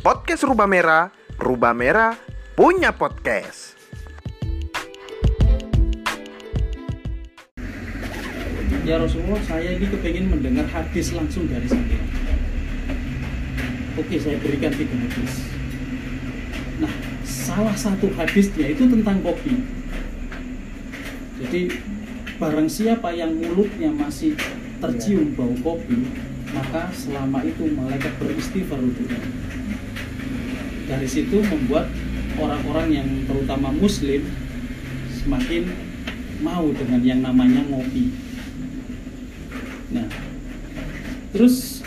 podcast Rubah Merah punya podcast. Ya Rasulullah, saya ini kepengen mendengar hadis langsung dari sampean. Oke, saya berikan 3 hadis. Nah, salah satu hadisnya itu tentang kopi. Jadi, barang siapa yang mulutnya masih tercium bau kopi, maka selama itu malaikat beristighfar untuknya. Dari situ membuat orang-orang yang terutama muslim semakin mau dengan yang namanya ngopi. Nah, terus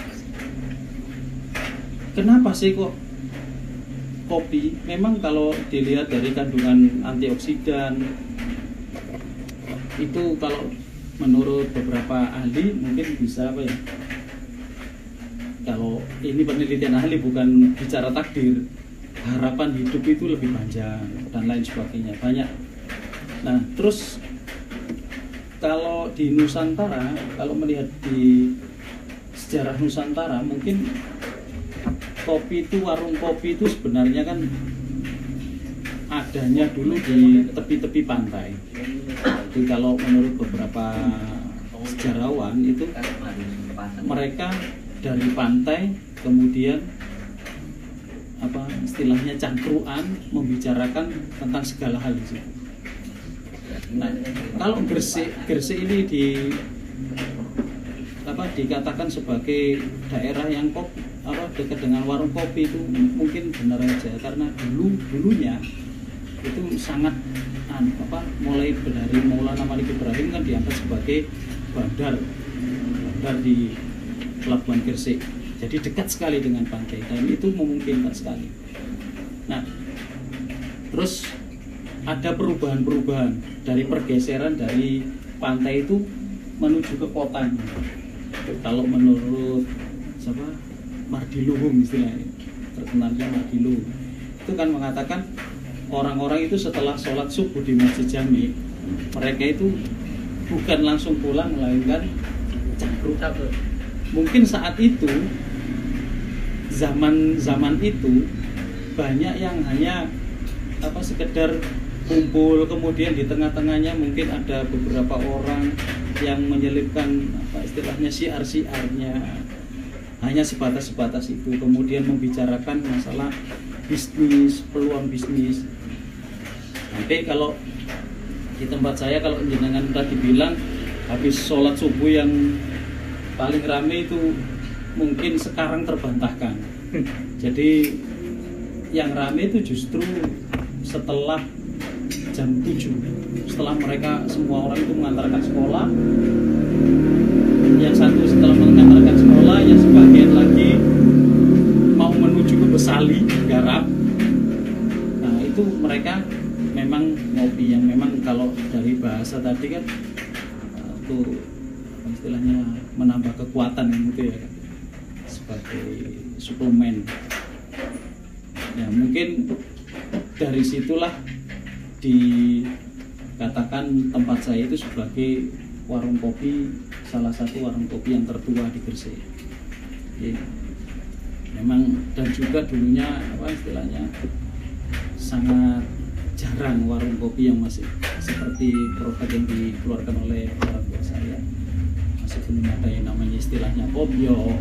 kenapa sih kok kopi? Memang kalau dilihat dari kandungan antioksidan itu, kalau menurut beberapa ahli mungkin bisa apa ya? Kalau ini penelitian ahli, bukan bicara takdir, harapan hidup itu lebih panjang dan lain sebagainya, banyak. Nah, terus kalau di Nusantara, kalau melihat di sejarah Nusantara, mungkin kopi itu, warung kopi itu sebenarnya kan adanya dulu di tepi-tepi pantai. Jadi kalau menurut beberapa sejarawan itu, mereka dari pantai kemudian apa istilahnya cangkruan membicarakan tentang segala hal di situ. Nah, kalau Gresik ini dikatakan sebagai daerah yang dekat dengan warung kopi, itu mungkin benar aja, karena dulunya itu sangat mulai dari Maulana Malik Ibrahim kan diangkat sebagai bandar di Pelabuhan Gresik. Jadi dekat sekali dengan pantai dan itu memungkinkan sekali. Nah, terus ada perubahan-perubahan dari pergeseran dari pantai itu menuju ke kota. Kalau menurut Mardiluhung, istilahnya terkenalnya Mardiluhung, itu kan mengatakan orang-orang itu setelah sholat subuh di Masjid Jami, mereka itu bukan langsung pulang, melainkan cangkruk. Mungkin saat itu, zaman itu banyak yang hanya sekedar kumpul, kemudian di tengah-tengahnya mungkin ada beberapa orang yang menyelipkan istilahnya syiar-syiarnya, hanya sebatas itu, kemudian membicarakan masalah bisnis, peluang bisnis. Tapi kalau di tempat saya, kalau jenengan tadi bilang habis sholat subuh yang paling rame itu mungkin sekarang terbantahkan. Jadi yang rame itu justru setelah jam 7, setelah mereka semua orang itu mengantarkan sekolah. Yang satu setelah mengantarkan sekolah, yang sebagian lagi mau menuju ke Besali garap. Nah, itu mereka memang ngopi, yang memang kalau dari bahasa tadi kan itu istilahnya menambah kekuatan gitu ya, sebagai suplemen. Ya, mungkin dari situlah dikatakan tempat saya itu sebagai warung kopi, salah satu warung kopi yang tertua di Gresik. Jadi, memang, dan juga dulunya istilahnya sangat jarang warung kopi yang masih seperti produk yang dikeluarkan oleh orang tua saya. Masih belum ada yang namanya istilahnya kopyo,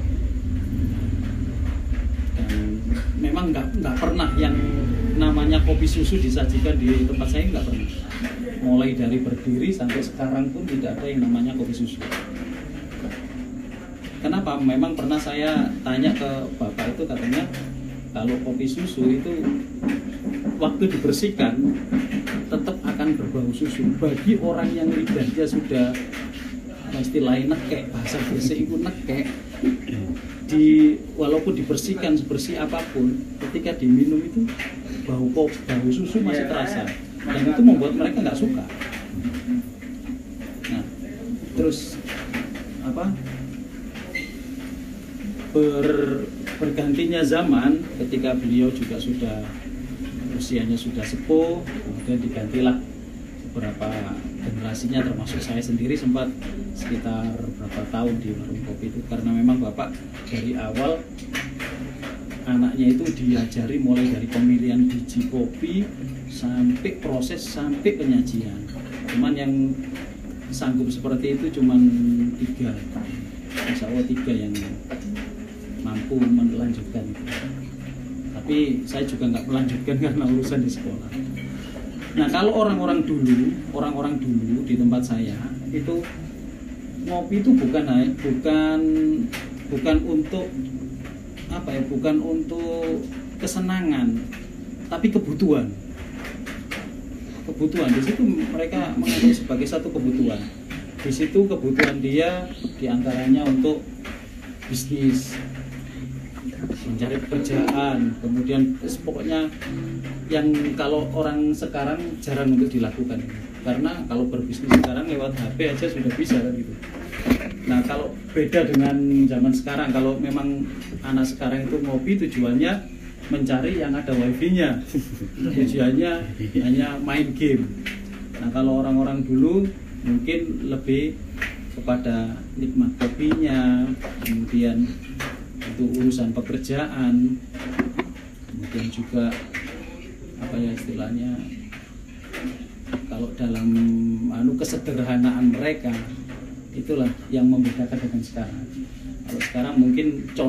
dan memang nggak pernah yang namanya kopi susu disajikan di tempat saya, nggak pernah. Mulai dari berdiri sampai sekarang pun tidak ada yang namanya kopi susu. Kenapa? Memang pernah saya tanya ke bapak itu, katanya kalau kopi susu itu waktu dibersihkan tetap akan berbau susu. Bagi orang yang lidahnya sudah istilahnya nekek, bahasa Gresik itu nekek, walaupun dibersihkan sebersih apapun, ketika diminum itu bau susu masih terasa, dan itu membuat mereka nggak suka. Nah, terus bergantinya zaman, ketika beliau juga sudah usianya sudah sepuh, kemudian digantilah beberapa generasinya, termasuk saya sendiri sempat sekitar berapa tahun di warung kopi itu, karena memang bapak dari awal anaknya itu diajari mulai dari pemilihan biji kopi sampai proses sampai penyajian. Cuman yang sanggup seperti itu cuman 3, insya Allah 3 yang mampu melanjutkan. Tapi saya juga nggak melanjutkan karena urusan di sekolah. Nah kalau orang-orang dulu di tempat saya itu ngopi itu bukan untuk apa ya, bukan untuk kesenangan, tapi kebutuhan. Di situ mereka menganggap sebagai satu kebutuhan. Di situ kebutuhan dia diantaranya untuk bisnis, mencari pekerjaan, kemudian pokoknya yang kalau orang sekarang jarang untuk dilakukan. Karena kalau berbisnis sekarang lewat HP aja sudah bisa kan gitu. Nah kalau beda dengan zaman sekarang, kalau memang anak sekarang itu ngopi tujuannya mencari yang ada wifi-nya, tujuannya hanya main game. Nah kalau orang-orang dulu mungkin lebih kepada nikmat kopinya, kemudian itu urusan pekerjaan, kemudian juga apa ya istilahnya, kalau dalam kesederhanaan mereka, itulah yang membedakan dengan sekarang. Kalau sekarang mungkin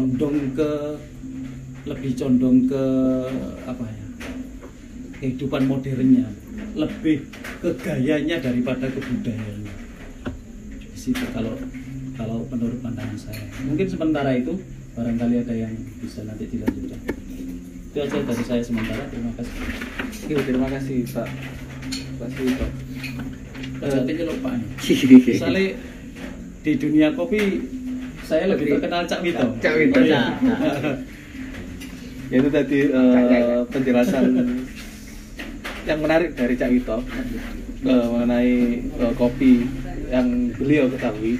lebih condong ke apa ya, kehidupan modernnya, lebih ke gayanya daripada ke budayaannya. Di situ kalau menurut pandangan saya. Mungkin sementara itu, barangkali ada yang bisa nanti dilanjutkan. Itu aja dari saya sementara. Terima kasih. Terima kasih Pak. Jadi lupa nih. Misalnya di dunia kopi saya lebih terkenal Cak Wito. Ya. Itu tadi penjelasan yang menarik dari Cak Wito mengenai kopi yang beliau ketahui.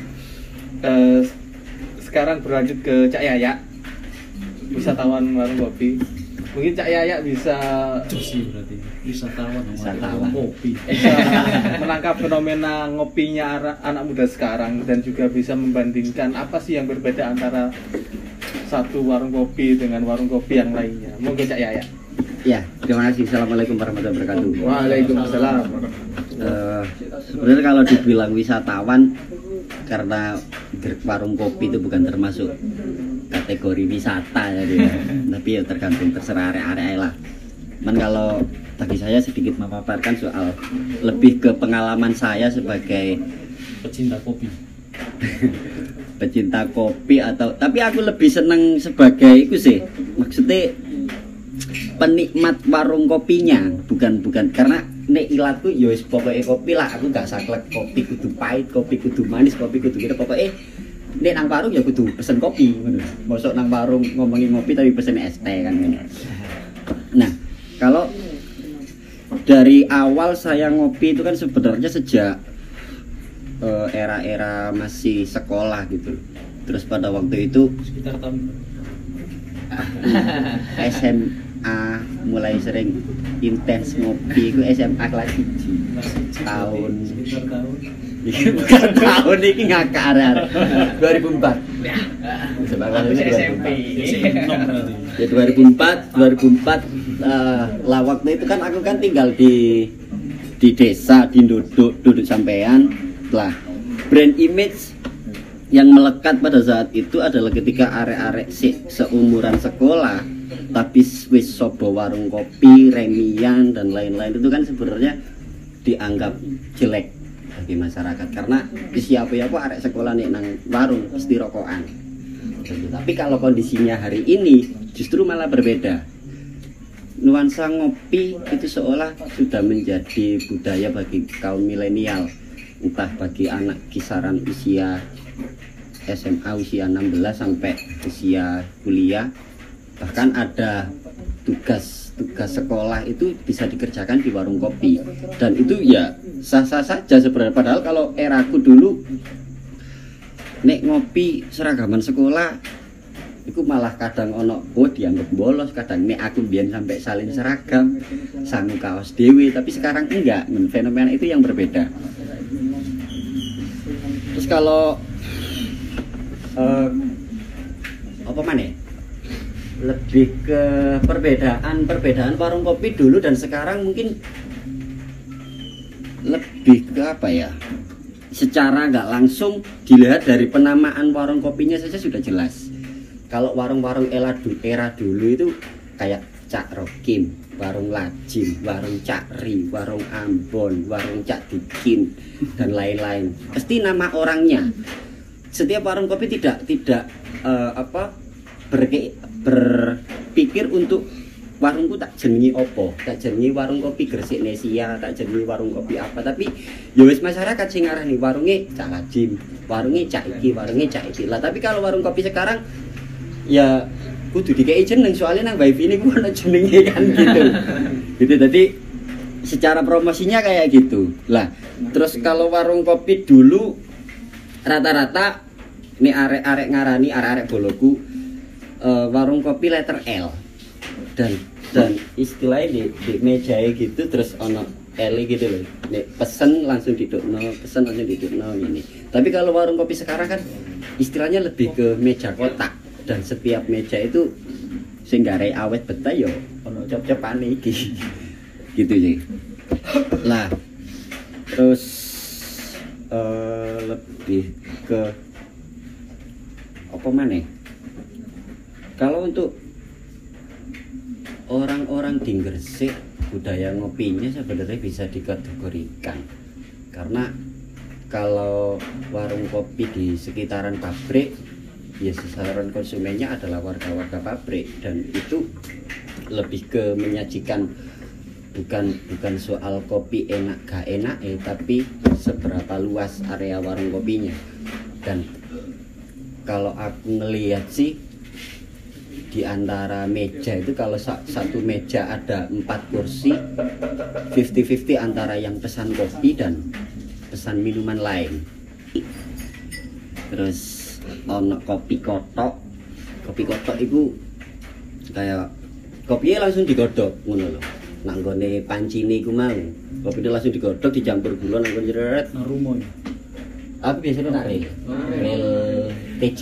Sekarang berlanjut ke Cak Yaya, wisatawan warung kopi. Mungkin Cak Yaya bisa berarti wisatawan kopi, bisa menangkap fenomena ngopinya anak muda sekarang dan juga bisa membandingkan apa sih yang berbeda antara satu warung kopi dengan warung kopi yang lainnya. Monggo Cak Yaya. Ya, terima kasih. Assalamualaikum warahmatullahi wabarakatuh. Waalaikumsalam. Sebenarnya kalau dibilang wisatawan, karena warung kopi itu bukan termasuk kategori wisata ya, tapi ya terserah area-area lah. Cuman kalau bagi saya sedikit memaparkan soal lebih ke pengalaman saya sebagai pecinta kopi. Pecinta kopi tapi aku lebih seneng sebagai itu sih, maksudnya penikmat warung kopinya, bukan karena nek ilatku ya wis pokoke kopi lah, aku gak saklek kopi kudu pahit, kopi kudu manis, kopi kudu gitu, pokoknya nek nang warung ya kudu pesen kopi ngono. Mosok nang warung ngomongin ngopi tapi pesen es teh kan ngono. Nah, kalau dari awal saya ngopi itu kan sebenarnya sejak era-era masih sekolah gitu. Terus pada waktu itu Sekitar tahun SMA mulai sering intens ngopi itu SMA kelas 1 tahun sekitar tahun bukan tahun ini ngakak 2004 SMP. ya 2004 lah. Waktu itu kan aku kan tinggal di desa, di duduk sampean lah. Brand image yang melekat pada saat itu adalah ketika arek-arek seumuran sekolah tapi wis sobo warung kopi, remian dan lain-lain itu kan sebenarnya dianggap jelek bagi masyarakat karena siapa arek sekolah nih nang warung pasti rokokan. Tapi kalau kondisinya hari ini justru malah berbeda. Nuansa ngopi itu seolah sudah menjadi budaya bagi kaum milenial, entah bagi anak kisaran usia SMA usia 16 sampai usia kuliah, bahkan ada tugas sekolah itu bisa dikerjakan di warung kopi dan itu ya sah-sah saja sebenarnya. Padahal kalau eraku dulu nek ngopi seragaman sekolah itu malah kadang ono dianggap bolos, kadang nek aku biyen sampai salin seragam sangu kaos dewe, tapi sekarang enggak. Fenomena itu yang berbeda. Terus kalau apa mana lebih ke perbedaan warung kopi dulu dan sekarang mungkin lebih ke apa ya, secara nggak langsung dilihat dari penamaan warung kopinya saja sudah jelas. Kalau warung-warung era dulu itu kayak Cak Rokim, warung Lajim, warung Cak Ri, warung Ambon, warung Cak Dikin dan lain-lain, pasti nama orangnya. Setiap warung kopi tidak berpikir untuk warungku tak jenengi opo, tak jenengi warung kopi Gresik Nesia, tak jenengi warung kopi apa, tapi ya wis masyarakat sing ngarani warunge Cak Lajim, warunge Cak iki, warunge Cak iki lah. Tapi kalau warung kopi sekarang ya kudu dikei jeneng, soalnya nang wifi ini gua ana jenenge kan gitu. Gitu, jadi secara promosinya kayak gitu lah. Terus kalau warung kopi dulu rata-rata ini arek-arek ngarani, arek-arek boloku, warung kopi letter L dan istilahnya di meja gitu, terus ono L gitu loh. Nek pesen langsung didukno, pesen langsung didukno ini. Tapi kalau warung kopi sekarang kan istilahnya lebih ke meja kotak, dan setiap meja itu sing gare awet betah yo ono cop-copane iki. Gitu sih. Lah terus lebih ke apa maneh? Kalau untuk orang-orang di Gresik, budaya ngopinya sebenarnya bisa dikategorikan, karena kalau warung kopi di sekitaran pabrik ya sasaran konsumennya adalah warga-warga pabrik, dan itu lebih ke menyajikan bukan soal kopi enak gak enak tapi seberapa luas area warung kopinya. Dan kalau aku ngelihat sih di antara meja itu, kalau satu meja ada 4 kursi, 50-50 antara yang pesan kopi dan pesan minuman lain. Terus ono kopi kotok itu kayak kopinya langsung digodok ngono lho. Nang gone pancine iku mau kopinya langsung digodok, dicampur gula nang gone jeret Narumo. Aku biasanya nak rel TJ.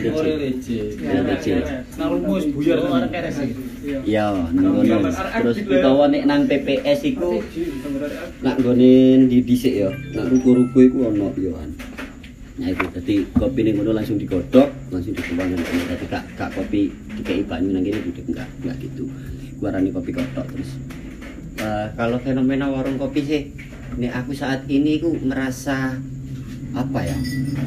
Narumo wis buyar arek keres iki. Ya, nang ngono. Terus utawa nek nang PPS iku nak gone ndi dhisik ya, nak ruko-ruko iku ono yo an. Nah itu, jadi kopi ini ngono langsung digodok, langsung dituang nang kene. Jadi gak kopi dikei banyu nang kene duduk enggak gitu. Gua arani kopi kotok. Terus kalau fenomena warung kopi sih, nek aku saat ini ku merasa apa ya?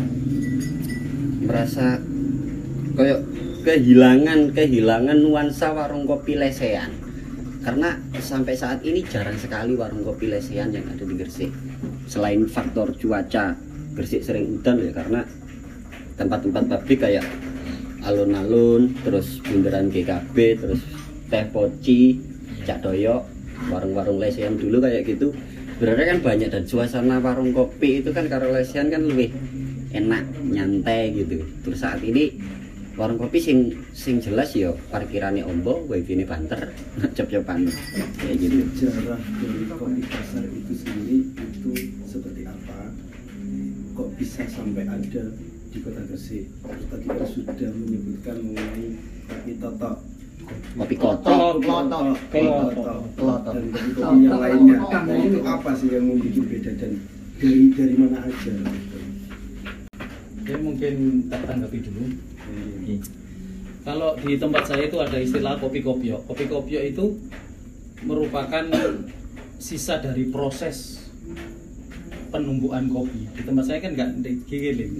Merasa kayak kehilangan nuansa warung kopi lesehan. Karena sampai saat ini jarang sekali warung kopi lesehan yang ada di Gresik. Selain faktor cuaca, Gresik sering udan ya, karena tempat-tempat pabrik kayak alun-alun, terus bundaran GKB, terus Teh Poci, Cak Doyok, warung-warung lesehan dulu kayak gitu. Sebenarnya kan banyak, dan suasana warung kopi itu kan kalau lesehan kan lebih enak, nyantai gitu. Terus saat ini warung kopi sing jelas ya parkirannya ombo, wifi-ne banter, cop-copan kayak gitu. Sejarah dari kopi pasar itu sendiri itu seperti apa? Kok bisa sampai ada di Kota Gresik? Terus tadi kita sudah menyebutkan mengenai kopi totok, Kopi kotok, dan kopi yang lainnya. Nah, itu apa sih yang membuat beda, dan dari mana aja? Oke, mungkin tak tanggapi dulu. Kalau di tempat saya itu ada istilah kopi kopio. Kopi kopio itu merupakan sisa dari proses penumbuhan kopi. Di tempat saya kan nggak digiling,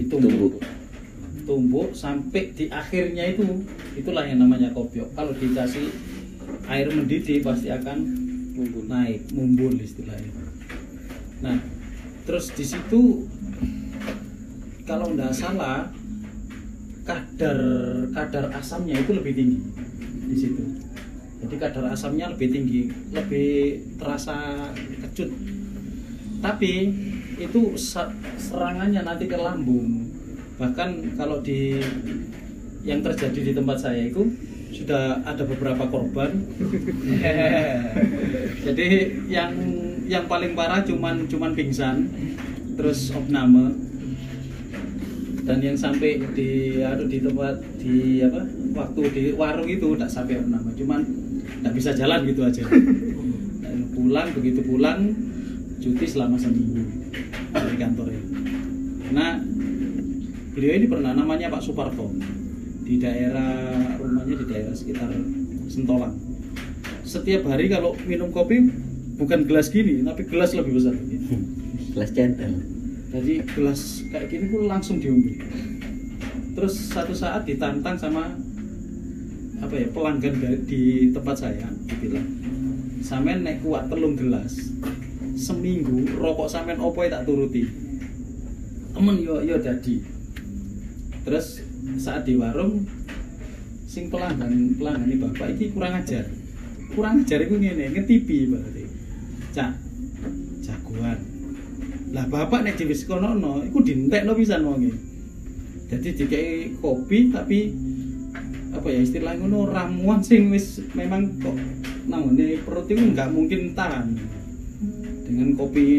tumbuk sampai di akhirnya itulah yang namanya kopio. Kalau dikasih air mendidih pasti akan naik, mumbul istilahnya. Nah, terus di situ kalau nggak salah kadar asamnya itu lebih tinggi di situ. Jadi kadar asamnya lebih tinggi, lebih terasa kecut. Tapi itu serangannya nanti ke lambung. Bahkan kalau yang terjadi di tempat saya itu sudah ada beberapa korban. Jadi yang paling parah cuman pingsan, terus opname. Dan yang sampai di tempat waktu di warung itu tidak sampai nama, cuman tidak bisa jalan gitu aja. Dan begitu pulang cuti selama seminggu dari kantornya. Nah, beliau ini pernah, namanya Pak Suparto, di daerah rumahnya di daerah sekitar Sentolang. Setiap hari kalau minum kopi bukan gelas gini, tapi gelas lebih besar. Gelas centel. Jadi gelas kayak gini pun langsung diumbi. Terus satu saat ditantang sama pelanggan di tempat saya, dibilang, "Sampean nek kuat 3 gelas seminggu, rokok sampean opo tak turuti." Temen yo jadi. Terus saat di warung, sing pelanggan ini bapak iki kurang ajar iku ngene, ngetipi berarti. Cak, jagoan. Lah bapak nek diwis kono iku dientekno pisan wonge. Jadi dikei kopi tapi istilah ngono ramuan sing wis memang kok nangone perut itu enggak mungkin tahan. Dengan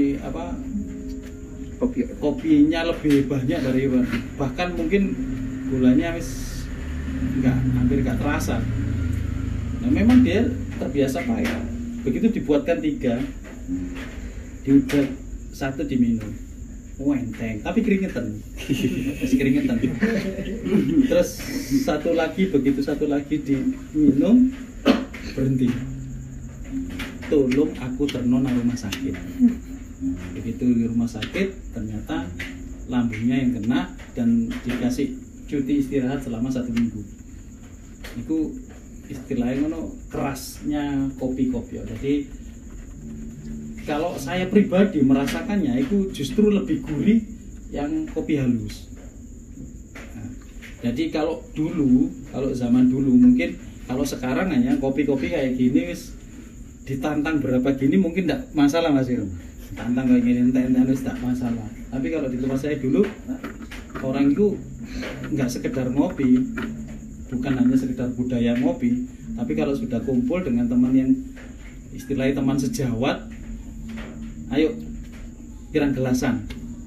kopinya lebih banyak dari bahkan mungkin gulanya wis hampir enggak terasa. Nah memang dia terbiasa pahit. Begitu dibuatkan 3, diudah 1 diminum, enteng, tapi keringetan, masih keringetan. Terus begitu satu lagi diminum, berhenti. Tolong aku terno nang rumah sakit. Begitu di rumah sakit, ternyata lambungnya yang kena dan dikasih cuti istirahat selama 1 minggu. Itu istilahnya kerasnya kopi. Jadi kalau saya pribadi merasakannya itu justru lebih gurih yang kopi halus. Nah, jadi kalau zaman dulu mungkin, kalau sekarang hanya kopi-kopi kayak gini wis ditantang berapa gini mungkin tidak masalah Mas Irung. Tantang kayak gini enten wis tidak masalah. Tapi kalau di tempat saya dulu orang itu nggak sekedar ngopi, bukan hanya sekedar budaya ngopi, tapi kalau sudah kumpul dengan teman yang istilahnya teman sejawat, ayo pirang gelasan,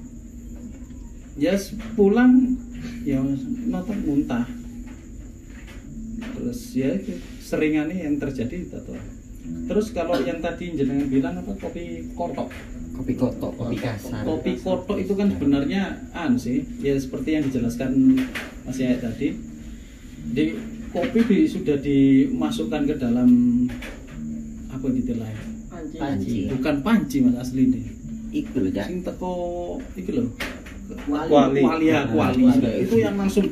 pulang ya nonton muntah. Terus ya seringannya yang terjadi itu. Terus kalau yang tadi jenengan bilang kopi kotok, kopi kasar. Kopi kotok itu kan sebenarnya ya seperti yang dijelaskan Mas Yaya tadi. Di kopi sudah dimasukkan ke dalam panci. Bukan panci Mas asline. Iku lho, Cak. Sing teko iki lho. Kuali. Itu yang langsung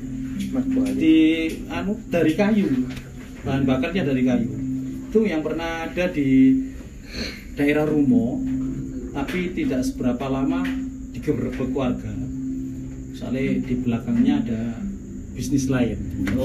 dari kayu. Bahan bakarnya dari kayu. Itu yang pernah ada di daerah Rumo, tapi tidak seberapa lama digerebek warga. Soalnya di belakangnya ada bisnis lain.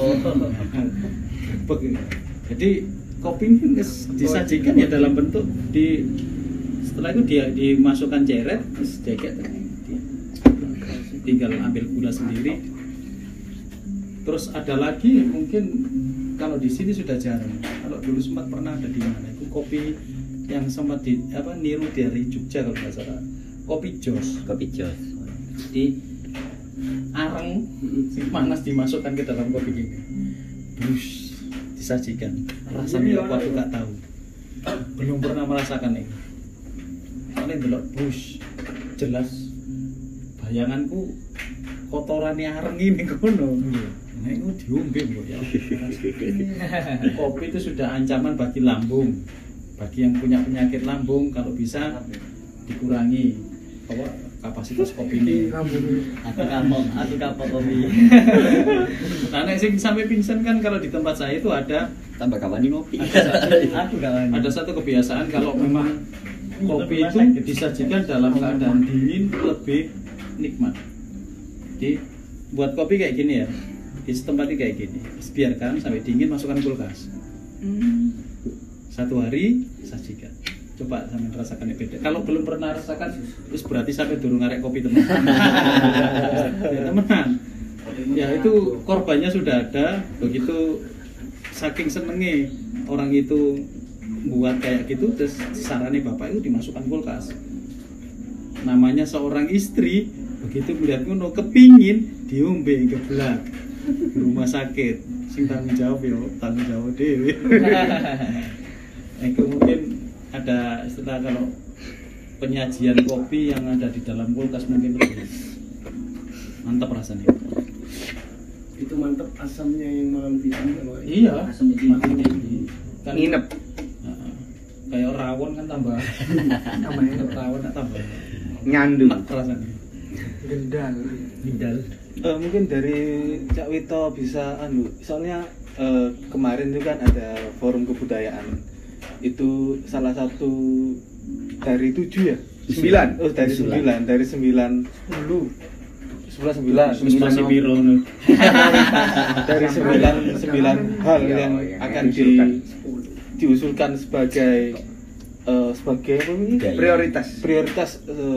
Jadi kopi ini disajikan ya dalam bentuk setelah itu dia dimasukkan ceret, terus jaket, tinggal ambil gula sendiri. Terus ada lagi mungkin kalau di sini sudah jarang. Kalau dulu sempat pernah ada di mana itu kopi yang sempat niru dari Jogja kalau nggak salah, kopi jos. Di areng panas dimasukkan ke dalam kopi ini, terus disajikan. Rasanya waktu nggak tahu, belum pernah merasakan ini. Soalnya delok jelas bayanganku kotorannya areng ini kono. Nah itu diombe ya. Kopi itu sudah ancaman bagi lambung, bagi yang punya penyakit lambung kalau bisa dikurangi kapasitas kopi ini. Aku kapok kopi. Nah, nek sing sampai pingsan kan kalau di tempat saya itu ada tambah kawani ngopi. Ada satu kebiasaan kalau memang kopi itu disajikan dalam keadaan dingin lebih nikmat. Jadi buat kopi kayak gini ya. Di tempat ini kayak gini. Biarkan sampai dingin, masukkan kulkas. 1 hari sajikan. Coba sampai rasakan yang beda. Kalau belum pernah rasakan, terus berarti sampai durung ngarek kopi teman. Ya teman. Ya itu korbannya sudah ada. Begitu saking senengnya orang itu buat kayak gitu, terus sarannya bapak itu dimasukkan kulkas. Namanya seorang istri, begitu melihat ngono kepingin diombe geblak di rumah sakit. sing tanggung jawab dewe. Nah, itu mungkin ada istilah kalau penyajian kopi yang ada di dalam kulkas mungkin lebih mantap rasanya. Itu mantap asamnya yang malam tinggi kalau Iya, Asam makin tinggi. Kan Nginep. kayak rawon kan tambah rawon tambah Nyandu. enak rasanya. Gendal. Mungkin dari Cak Wito bisa soalnya kemarin itu kan ada forum kebudayaan, itu salah satu dari 7 ya? 9. Oh dari 9 Masih biro nih. dari 9 hal yang akan diusulkan sebagai sebagai apa ini? prioritas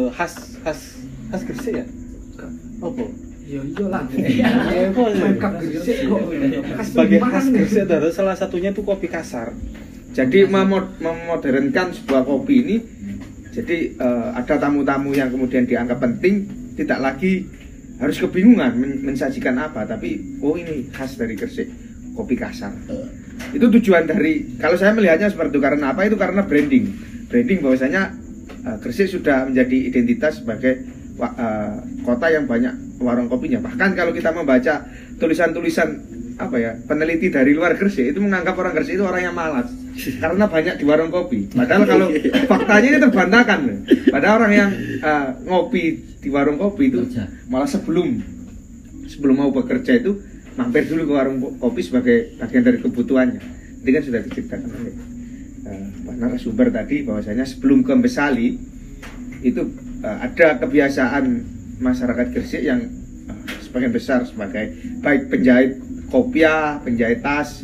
khas Gresik ya? Apa? Ya iyalah. Mangkap Gresik kok. Sebagai khas Gresik adalah salah satunya itu kopi kasar. Jadi memodernkan sebuah kopi ini, jadi ada tamu-tamu yang kemudian dianggap penting, tidak lagi harus kebingungan mensajikan apa, tapi oh ini khas dari Gresik, kopi kasar. Itu tujuan dari, kalau saya melihatnya seperti itu, karena apa? Itu karena branding bahwasanya Gresik sudah menjadi identitas sebagai kota yang banyak warung kopinya. Bahkan kalau kita membaca tulisan-tulisan peneliti dari luar Gresik itu menganggap orang Gresik itu orang yang malas karena banyak di warung kopi. Padahal kalau faktanya ini terbantahkan. Padahal orang yang ngopi di warung kopi itu malah sebelum mau bekerja itu mampir dulu ke warung kopi sebagai bagian dari kebutuhannya. Ini kan sudah diciptakan oleh narasumber tadi bahwasanya sebelum ke Besali itu ada kebiasaan masyarakat Gresik yang sebagian besar sebagai baik penjahit kopiah, penjahit tas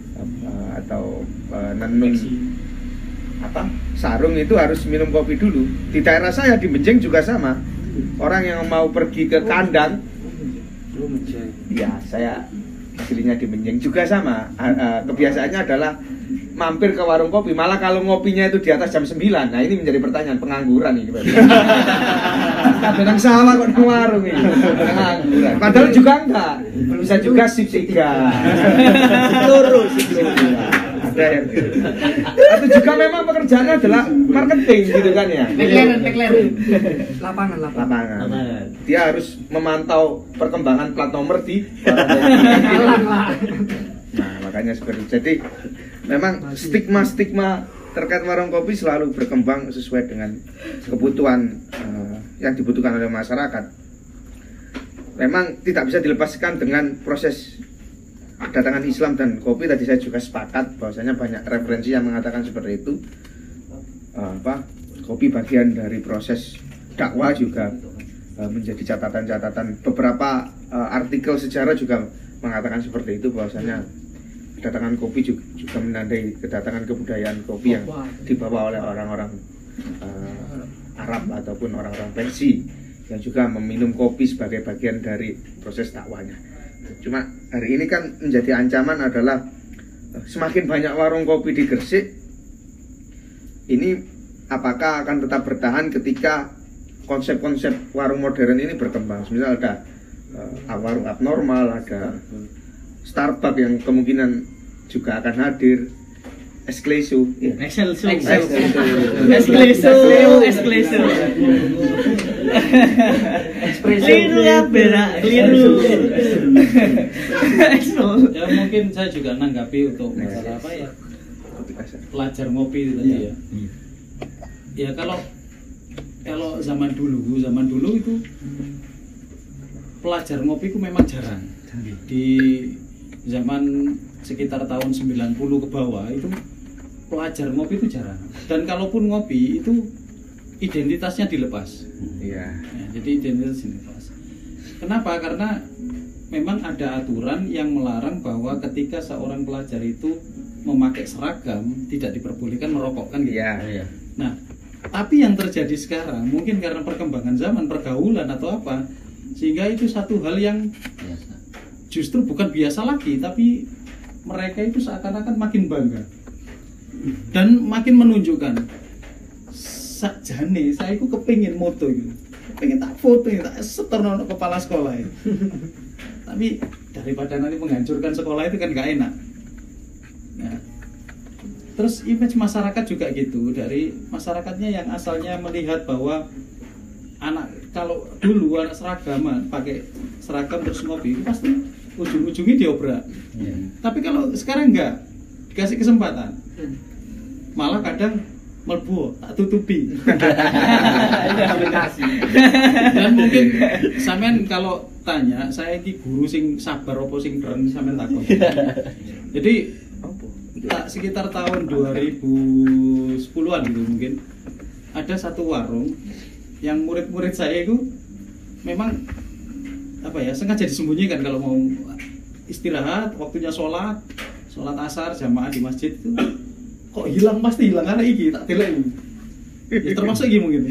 atau nenun sarung itu harus minum kopi dulu. Di daerah saya di Benjeng juga sama. Orang yang mau pergi ke kandang, ya saya aslinya di Benjeng juga sama. Kebiasaannya adalah mampir ke warung kopi. Malah kalau ngopinya itu di atas jam 9. Nah ini menjadi pertanyaan, pengangguran ini. Kadang sawah kok di warung ini. Pengangguran. Padahal juga enggak. Bisa juga sip 3. Lurus sip 3. Ada yang atau juga memang pekerjaannya adalah marketing gitu kan ya. McLaren. Lapangan. Dia harus memantau perkembangan plat nomor di nah makanya seperti itu. Jadi memang stigma terkait warung kopi selalu berkembang sesuai dengan kebutuhan yang dibutuhkan oleh masyarakat. Memang tidak bisa dilepaskan dengan proses kedatangan Islam dan kopi. Tadi saya juga sepakat bahwasanya banyak referensi yang mengatakan seperti itu. Kopi bagian dari proses dakwah juga menjadi catatan-catatan. Beberapa artikel sejarah juga mengatakan seperti itu, bahwasanya kedatangan kopi juga menandai kedatangan kebudayaan kopi yang dibawa oleh orang-orang Arab ataupun orang-orang Persia yang juga meminum kopi sebagai bagian dari proses dakwahnya. Cuma hari ini kan menjadi ancaman adalah semakin banyak warung kopi di Gresik ini, apakah akan tetap bertahan ketika konsep-konsep warung modern ini berkembang. Misal ada warung abnormal, ada Starbucks yang kemungkinan juga akan hadir, Escleso. Keliru ya, keliru. Ya mungkin saya juga nanggapi untuk masalah apa ya, pelajar ngopi itu tadi ya. Ya kalau zaman dulu itu pelajar ngopi itu memang jarang. Di zaman sekitar tahun 90 ke bawah itu pelajar ngopi itu jarang. Dan kalaupun ngopi itu identitasnya dilepas. Iya. Ya, jadi identitas dilepas. Kenapa? Karena memang ada aturan yang melarang bahwa ketika seorang pelajar itu memakai seragam tidak diperbolehkan merokok kan gitu. Iya. Nah, tapi yang terjadi sekarang mungkin karena perkembangan zaman, pergaulan atau apa, sehingga itu satu hal yang justru bukan biasa lagi, tapi mereka itu seakan-akan makin bangga dan makin menunjukkan sakjane saya itu kepingin moto itu, kepingin tak foto, tak setor nang kepala sekolah itu. Tak tapi daripada nanti menghancurkan sekolah itu kan nggak enak. Nah, terus image masyarakat juga gitu, dari masyarakatnya yang asalnya melihat bahwa anak, kalau dulu anak seragaman pakai seragam terus ngopi itu pasti ujung-ujungnya diobrak. Tapi kalau sekarang enggak, dikasih kesempatan, malah kadang melbu tak tutupi. Dan mungkin sampean kalau tanya, saya ki guru sing sabar apa sing keren, sampean takon. Jadi sekitar tahun 2010-an gitu mungkin, ada satu warung yang murid-murid saya itu memang apa ya, sengaja disembunyikan kalau mau istirahat, waktunya sholat asar jamaah di masjid itu kok hilang, pasti hilang karena iki tak delok iki. Ya termasuk iki mungkin.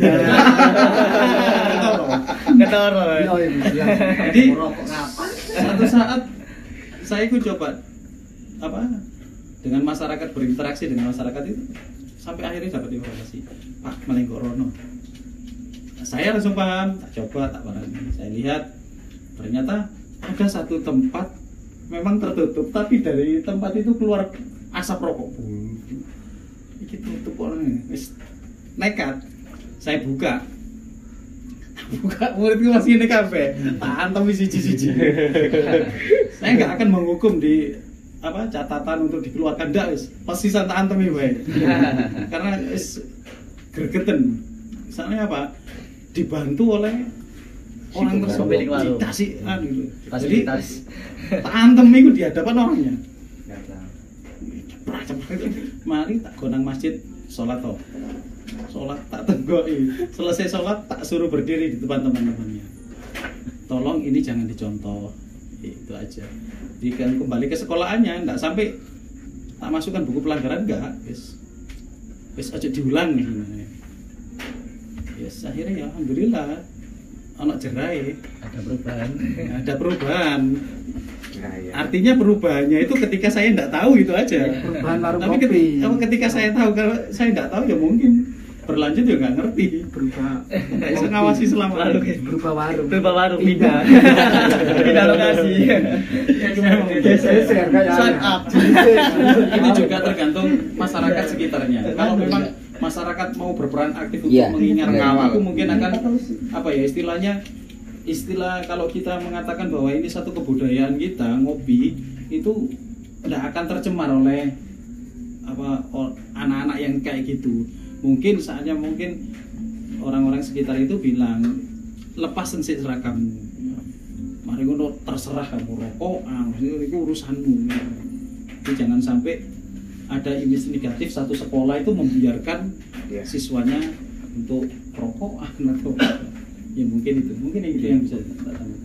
Ketoro. Jadi satu saat saya ikut coba apa dengan masyarakat, berinteraksi dengan masyarakat itu, sampai akhirnya dapat informasi, Pak Melenggorono. Saya langsung paham, tak coba, tak barang. Saya lihat ternyata ada satu tempat memang tertutup, tapi dari tempat itu keluar asap rokok. Iki tutup orang, wis nekat. Saya buka, muridku masih ini kafe, antem siji-siji. Saya nggak akan menghukum di apa catatan untuk dikeluarkan, ndak wis pasti tak antemi wae. Karena wis gregeten. Misalnya apa? Dibantu oleh orang tersebut, dikasih gitu. Jadi tak antem itu di hadapan orangnya. Mari tak gonang masjid, sholat toh. Sholat tak tenggoi. Selesai sholat tak suruh berdiri di depan teman-temannya. Tolong ini jangan dicontoh. Itu aja. Jadi kan kembali ke sekolahannya, enggak sampai tak masukkan buku pelanggaran, enggak. Wis aja diulang nih. Yes, akhirnya ya alhamdulillah anak jerai. Ada perubahan. Nah, ya. Artinya perubahannya itu ketika saya tidak tahu, itu aja. Perubahan warung Tapi kopi. ketika saya tahu, kalau saya tidak tahu ya mungkin berlanjut ya nggak ngerti. Berubah. Nggak bisa ngawasi selama ini. Berubah warung. Berubah warung, pindah. Pindah lokasi. Geser kayak Startup. Ini juga tergantung masyarakat sekitarnya. Kalau memang masyarakat mau berperan aktif untuk Iya. mengingatkan, Mengawal. itu mungkin akan apa ya istilah kalau kita mengatakan bahwa ini satu kebudayaan kita, ngopi itu tidak akan tercemar oleh anak-anak yang kayak gitu. Mungkin saatnya orang-orang sekitar itu bilang, lepasin sih seragammu, mari ngono terserah kamu rokok, itu urusanmu. Jadi jangan sampai ada image negatif satu sekolah itu membiarkan siswanya untuk rokok atau ya mungkin itu yang bisa kita tambah.